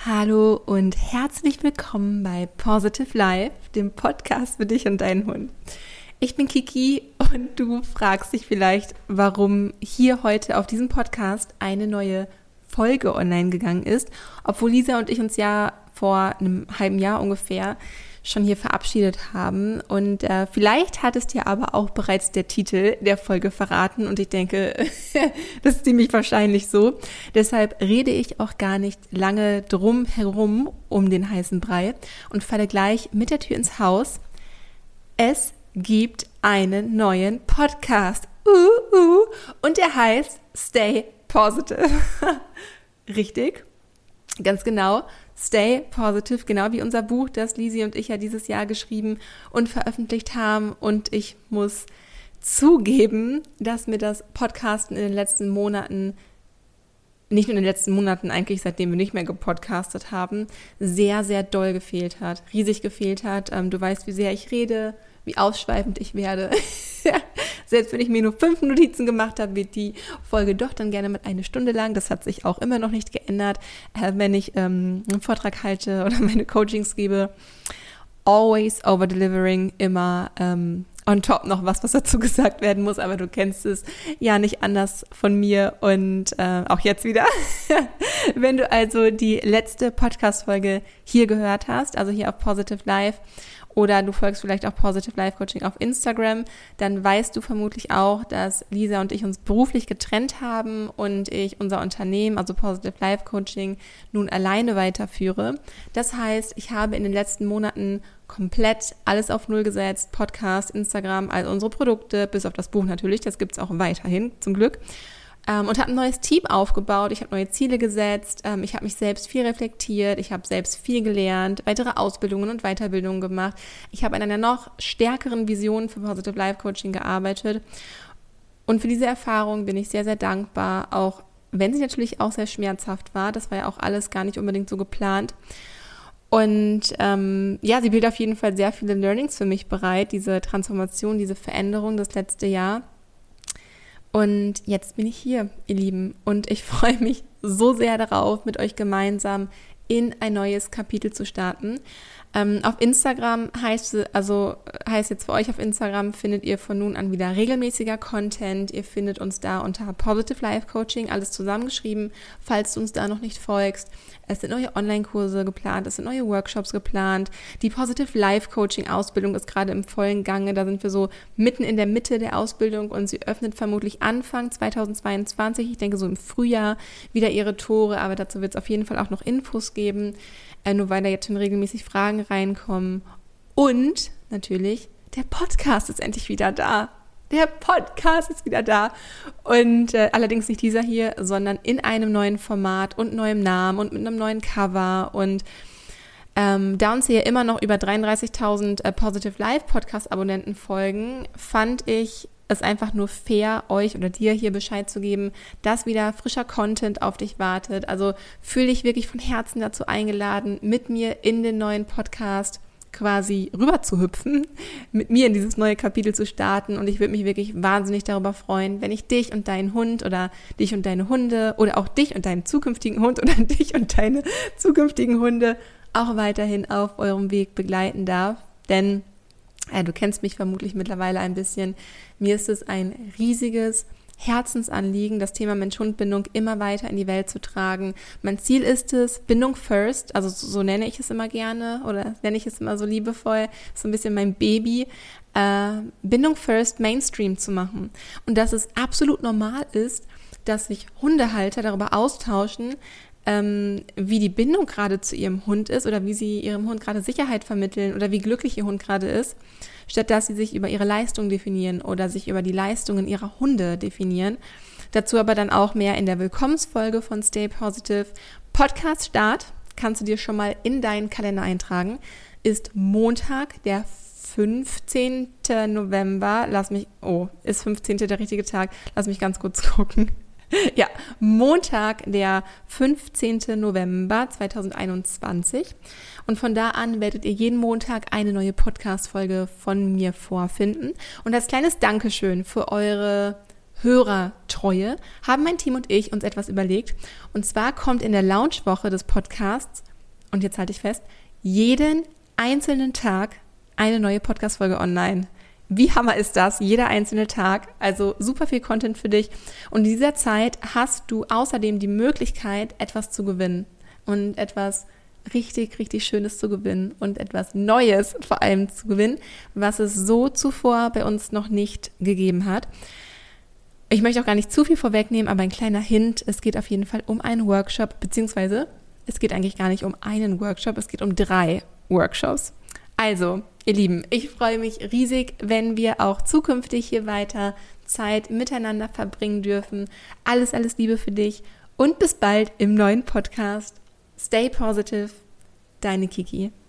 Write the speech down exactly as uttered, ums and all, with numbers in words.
Hallo und herzlich willkommen bei Positive Life, dem Podcast für dich und deinen Hund. Ich bin Kiki und du fragst dich vielleicht, warum hier heute auf diesem Podcast eine neue Folge online gegangen ist, obwohl Lisa und ich uns ja vor einem halben Jahr ungefähr schon hier verabschiedet haben. Und äh, vielleicht hat es dir aber auch bereits der Titel der Folge verraten und ich denke, das ist ziemlich wahrscheinlich so. Deshalb rede ich auch gar nicht lange drum herum um den heißen Brei und falle gleich mit der Tür ins Haus. Es gibt einen neuen Podcast. Uh, uh, und der heißt Stay Positive. Richtig? Ganz genau. Stay Positive, genau wie unser Buch, das Lisi und ich ja dieses Jahr geschrieben und veröffentlicht haben. Und ich muss zugeben, dass mir das Podcasten in den letzten Monaten, nicht nur in den letzten Monaten, eigentlich seitdem wir nicht mehr gepodcastet haben, sehr, sehr doll gefehlt hat, riesig gefehlt hat. Ähm, du weißt, wie sehr ich rede, wie ausschweifend ich werde. Selbst wenn ich mir nur fünf Notizen gemacht habe, wird die Folge doch dann gerne mit eine Stunde lang. Das hat sich auch immer noch nicht geändert, äh, wenn ich ähm, einen Vortrag halte oder meine Coachings gebe. Always over-delivering, immer ähm, on top noch was, was dazu gesagt werden muss. Aber du kennst es ja nicht anders von mir und äh, auch jetzt wieder. Wenn du also die letzte Podcast-Folge hier gehört hast, also hier auf Positive Life, oder du folgst vielleicht auch Positive Life Coaching auf Instagram, dann weißt du vermutlich auch, dass Lisa und ich uns beruflich getrennt haben und ich unser Unternehmen, also Positive Life Coaching, nun alleine weiterführe. Das heißt, ich habe in den letzten Monaten komplett alles auf Null gesetzt, Podcast, Instagram, all unsere Produkte, bis auf das Buch natürlich, das gibt es auch weiterhin, zum Glück. Ähm, und habe ein neues Team aufgebaut, ich habe neue Ziele gesetzt, ähm, ich habe mich selbst viel reflektiert, ich habe selbst viel gelernt, weitere Ausbildungen und Weiterbildungen gemacht. Ich habe an einer noch stärkeren Vision für Positive Life Coaching gearbeitet und für diese Erfahrung bin ich sehr, sehr dankbar, auch wenn sie natürlich auch sehr schmerzhaft war. Das war ja auch alles gar nicht unbedingt so geplant. Und ähm, ja, sie bildet auf jeden Fall sehr viele Learnings für mich bereit, diese Transformation, diese Veränderung das letzte Jahr. Und jetzt bin ich hier, ihr Lieben, und ich freue mich so sehr darauf, mit euch gemeinsam in ein neues Kapitel zu starten. Ähm, auf Instagram heißt, also heißt jetzt für euch auf Instagram, findet ihr von nun an wieder regelmäßiger Content. Ihr findet uns da unter Positive Life Coaching, alles zusammengeschrieben, falls du uns da noch nicht folgst. Es sind neue Online-Kurse geplant, es sind neue Workshops geplant. Die Positive Life Coaching Ausbildung ist gerade im vollen Gange. Da sind wir so mitten in der Mitte der Ausbildung und sie öffnet vermutlich Anfang zweitausendzweiundzwanzig, ich denke so im Frühjahr, wieder ihre Tore. Aber dazu wird es auf jeden Fall auch noch Infos geben, äh, nur weil da jetzt schon regelmäßig Fragen reinkommen. Und natürlich, der Podcast ist endlich wieder da. Der Podcast ist wieder da und äh, allerdings nicht dieser hier, sondern in einem neuen Format und neuem Namen und mit einem neuen Cover und ähm, da uns hier immer noch über dreiunddreißigtausend äh, Positive Life Podcast Abonnenten folgen, fand ich es einfach nur fair, euch oder dir hier Bescheid zu geben, dass wieder frischer Content auf dich wartet. Also fühle dich wirklich von Herzen dazu eingeladen, mit mir in den neuen Podcast quasi rüber zu hüpfen, mit mir in dieses neue Kapitel zu starten und ich würde mich wirklich wahnsinnig darüber freuen, wenn ich dich und deinen Hund oder dich und deine Hunde oder auch dich und deinen zukünftigen Hund oder dich und deine zukünftigen Hunde auch weiterhin auf eurem Weg begleiten darf, denn ja, du kennst mich vermutlich mittlerweile ein bisschen, mir ist es ein riesiges Herzensanliegen, das Thema Mensch-Hund-Bindung immer weiter in die Welt zu tragen. Mein Ziel ist es, Bindung first, also so, so nenne ich es immer gerne oder nenne ich es immer so liebevoll, so ein bisschen mein Baby, äh, Bindung first Mainstream zu machen. Und dass es absolut normal ist, dass sich Hundehalter darüber austauschen, ähm, wie die Bindung gerade zu ihrem Hund ist oder wie sie ihrem Hund gerade Sicherheit vermitteln oder wie glücklich ihr Hund gerade ist, statt dass sie sich über ihre Leistung definieren oder sich über die Leistungen ihrer Hunde definieren. Dazu aber dann auch mehr in der Willkommensfolge von Stay Positive. Podcast Start, kannst du dir schon mal in deinen Kalender eintragen, ist Montag, der fünfzehnten November. Lass mich, oh, ist fünfzehnte der richtige Tag? Lass mich ganz kurz gucken. Ja, Montag, der fünfzehnten November zweitausendeinundzwanzig. Und von da an werdet ihr jeden Montag eine neue Podcast-Folge von mir vorfinden. Und als kleines Dankeschön für eure Hörertreue haben mein Team und ich uns etwas überlegt. Und zwar kommt in der Launchwoche des Podcasts und jetzt halte ich fest, jeden einzelnen Tag eine neue Podcast-Folge online. Wie hammer ist das? Jeder einzelne Tag, also super viel Content für dich. Und in dieser Zeit hast du außerdem die Möglichkeit, etwas zu gewinnen und etwas richtig, richtig Schönes zu gewinnen und etwas Neues vor allem zu gewinnen, was es so zuvor bei uns noch nicht gegeben hat. Ich möchte auch gar nicht zu viel vorwegnehmen, aber ein kleiner Hint, es geht auf jeden Fall um einen Workshop, beziehungsweise es geht eigentlich gar nicht um einen Workshop, es geht um drei Workshops. Also, ihr Lieben, ich freue mich riesig, wenn wir auch zukünftig hier weiter Zeit miteinander verbringen dürfen. Alles, alles Liebe für dich und bis bald im neuen Podcast. Stay positive, deine Kiki.